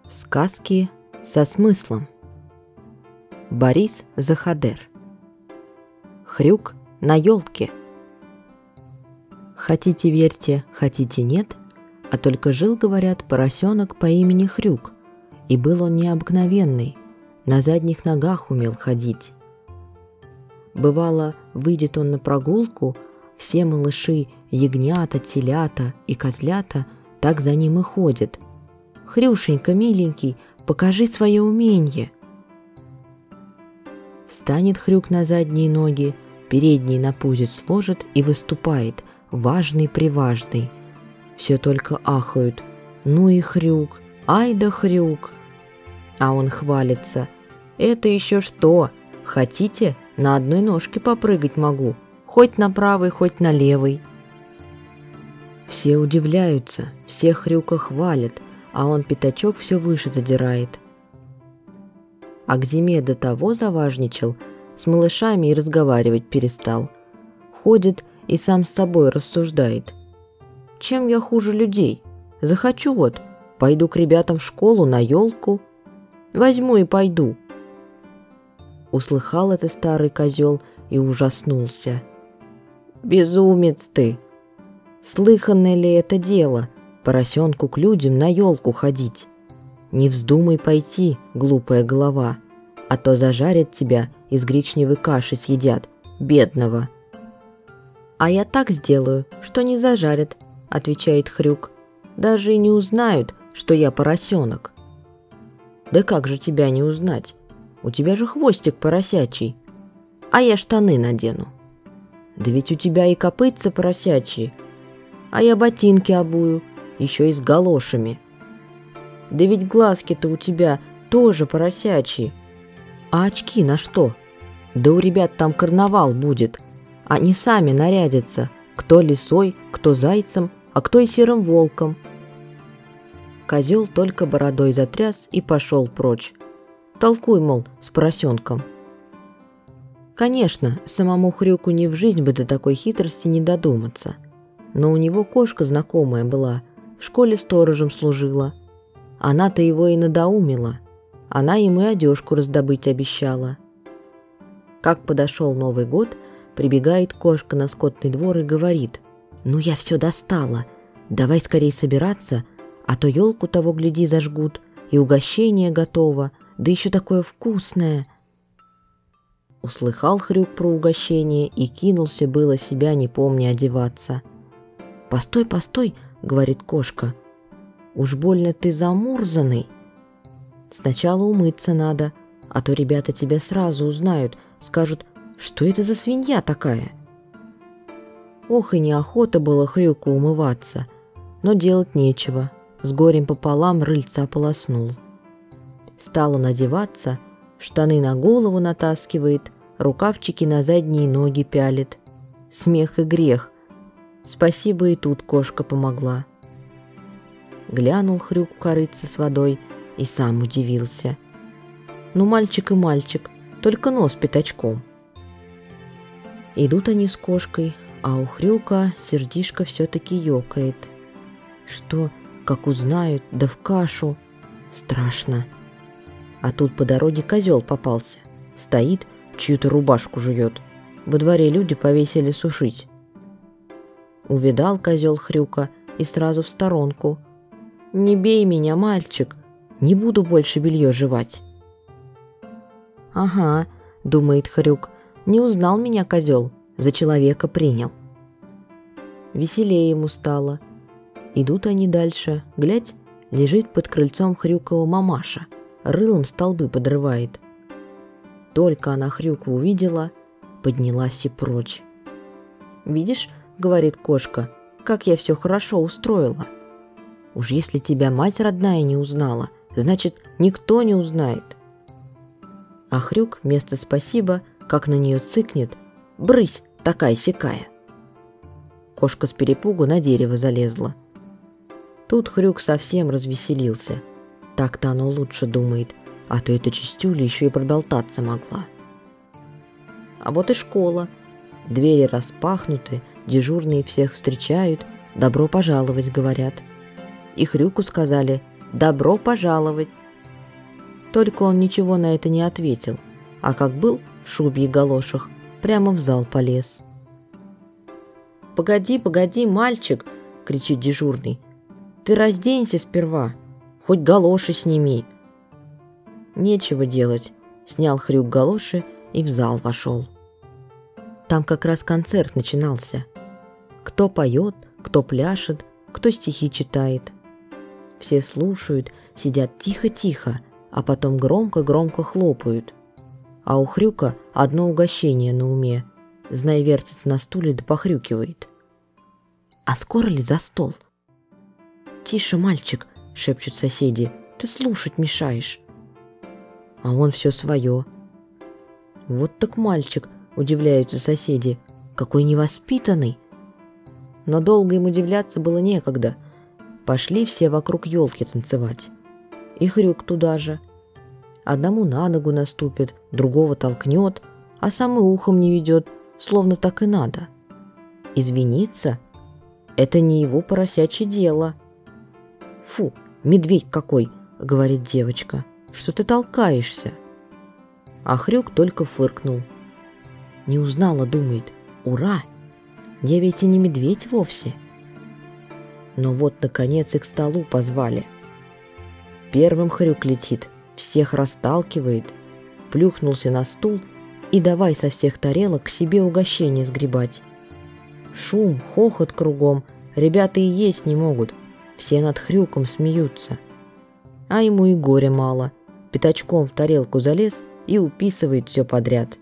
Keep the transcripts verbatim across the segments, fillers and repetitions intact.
Сказки со смыслом. Борис Захадер. Хрюк на елке. Хотите верьте, хотите нет, а только жил, говорят, поросенок по имени Хрюк, и был он необыкновенный, на задних ногах умел ходить. Бывало, выйдет он на прогулку, все малыши, ягнята, телята и козлята так за ним и ходят. «Хрюшенька, миленький, покажи свое уменье!» Встанет Хрюк на задние ноги, передние на пузе сложит и выступает, важный-приважный. Все только ахают: «Ну и Хрюк, ай да Хрюк!» А он хвалится: «Это еще что? Хотите, на одной ножке попрыгать могу, хоть на правой, хоть на левой». Все удивляются, все Хрюка хвалят, а он пятачок все выше задирает. А к зиме до того заважничал, с малышами и разговаривать перестал. Ходит и сам с собой рассуждает: «Чем я хуже людей? Захочу вот, пойду к ребятам в школу на елку. Возьму и пойду». Услыхал это старый козел и ужаснулся. «Безумец ты! Слыханное ли это дело, поросенку к людям на елку ходить? Не вздумай пойти, глупая голова, а то зажарят тебя и с гречневой каши съедят, бедного». «А я так сделаю, что не зажарят», — отвечает Хрюк. «Даже и не узнают, что я поросенок». «Да как же тебя не узнать? У тебя же хвостик поросячий, а я штаны надену». «Да ведь у тебя и копытца поросячьи, а я ботинки обую, еще и с галошами». «Да ведь глазки-то у тебя тоже поросячьи, а очки на что? Да у ребят там карнавал будет, они сами нарядятся, кто лисой, кто зайцем, а кто и серым волком». Козел только бородой затряс и пошел прочь. Толкуй, мол, с поросенком. Конечно, самому Хрюку ни в жизнь бы до такой хитрости не додуматься. Но у него кошка знакомая была, в школе сторожем служила. Она-то его и надоумила. Она ему и одежку раздобыть обещала. Как подошел Новый год, прибегает кошка на скотный двор и говорит: «Ну я все достала, давай скорей собираться, а то елку того гляди зажгут, и угощение готово, да еще такое вкусное». Услыхал Хрюк про угощение и кинулся было себя, не помня, одеваться. «Постой, постой», — говорит кошка, — «уж больно ты замурзанный. Сначала умыться надо, а то ребята тебя сразу узнают, скажут: что это за свинья такая?» Ох, и неохота было Хрюку умываться, но делать нечего, с горем пополам рыльца полоснул. Стал он одеваться, штаны на голову натаскивает, рукавчики на задние ноги пялит. Смех и грех. Спасибо, и тут кошка помогла. Глянул Хрюк в корытце с водой и сам удивился. Ну, мальчик и мальчик, только нос пятачком. Идут они с кошкой, а у Хрюка сердишко все-таки ёкает. Что, как узнают, да в кашу. Страшно. А тут по дороге козел попался. Стоит, чью-то рубашку жует. Во дворе люди повесили сушить. Увидал козел Хрюка и сразу в сторонку: «Не бей меня, мальчик, не буду больше белье жевать». «Ага», — думает Хрюк, — «не узнал меня козел, за человека принял». Веселее ему стало. Идут они дальше, глядь, лежит под крыльцом Хрюкова мамаша, рылом столбы подрывает. Только она Хрюка увидела, поднялась и прочь. «Видишь, — говорит кошка, — как я все хорошо устроила. Уж если тебя мать родная не узнала, значит, никто не узнает». А Хрюк вместо «спасибо», как на нее цыкнет: «Брысь, такая-сякая». Кошка с перепугу на дерево залезла. Тут Хрюк совсем развеселился. Так-то оно лучше, думает, а то эта чистюля еще и проболтаться могла. А вот и школа. Двери распахнуты, дежурные всех встречают, добро пожаловать говорят. И Хрюку сказали: «Добро пожаловать!» Только он ничего на это не ответил, а как был в шубе и галошах, прямо в зал полез. «Погоди, погоди, мальчик!» — кричит дежурный. «Ты разденься сперва, хоть галоши сними!» Нечего делать, снял Хрюк галоши и в зал вошел. Там как раз концерт начинался. Кто поет, кто пляшет, кто стихи читает. Все слушают, сидят тихо-тихо, а потом громко-громко хлопают. А у Хрюка одно угощение на уме. Знай, вертится на стуле да похрюкивает. «А скоро ли за стол?» «Тише, мальчик!» — шепчут соседи. «Ты слушать мешаешь!» А он все свое. «Вот так мальчик!» — удивляются соседи. «Какой невоспитанный!» Но долго им удивляться было некогда. Пошли все вокруг елки танцевать. И Хрюк туда же. Одному на ногу наступит, другого толкнет, а сам и ухом не ведет, словно так и надо. Извиниться — это не его поросячье дело. «Фу, медведь какой!» — говорит девочка. «Что ты толкаешься?» А Хрюк только фыркнул. Не узнала, думает. «Ура! Я ведь и не медведь вовсе!» Но вот, наконец, и к столу позвали. Первым Хрюк летит, всех расталкивает, плюхнулся на стул и давай со всех тарелок к себе угощение сгребать. Шум, хохот кругом, ребята и есть не могут, все над Хрюком смеются. А ему и горя мало, пятачком в тарелку залез и уписывает все подряд.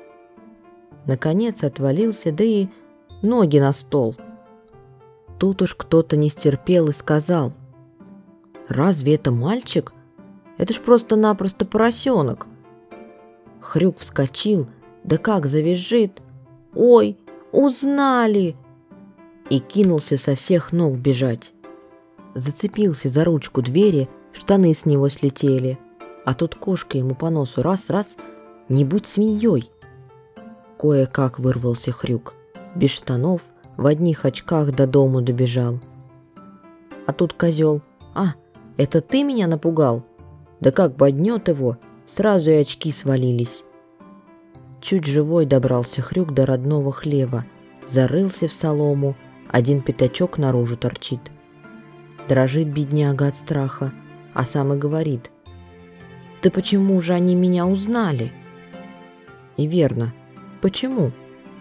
Наконец отвалился, да и ноги на стол. Тут уж кто-то не стерпел и сказал: «Разве это мальчик? Это ж просто-напросто поросенок!» Хрюк вскочил, да как завизжит: «Ой, узнали!» И кинулся со всех ног бежать. Зацепился за ручку двери, штаны с него слетели, а тут кошка ему по носу раз-раз: «Не будь свиньей!» Кое-как вырвался Хрюк, без штанов, в одних очках до дому добежал. А тут козел: «А, это ты меня напугал?» Да как боднет его, сразу и очки свалились. Чуть живой добрался Хрюк до родного хлева, зарылся в солому, один пятачок наружу торчит. Дрожит бедняга от страха, а сам и говорит: «Да почему же они меня узнали?» И верно, почему?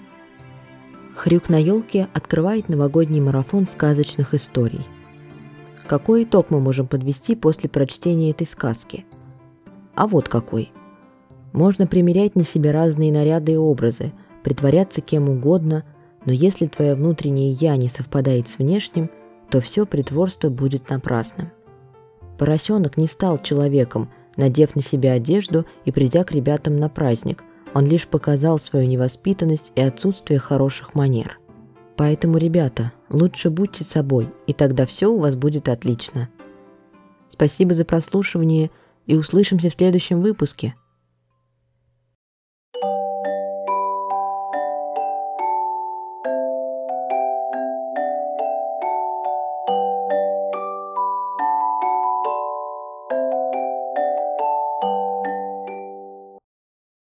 Хрюк на елке открывает новогодний марафон сказочных историй. Какой итог мы можем подвести после прочтения этой сказки? А вот какой. Можно примерять на себя разные наряды и образы, притворяться кем угодно, но если твое внутреннее «я» не совпадает с внешним, то все притворство будет напрасным. Поросенок не стал человеком, надев на себя одежду и придя к ребятам на праздник. Он лишь показал свою невоспитанность и отсутствие хороших манер. Поэтому, ребята, лучше будьте собой, и тогда все у вас будет отлично. Спасибо за прослушивание, и услышимся в следующем выпуске.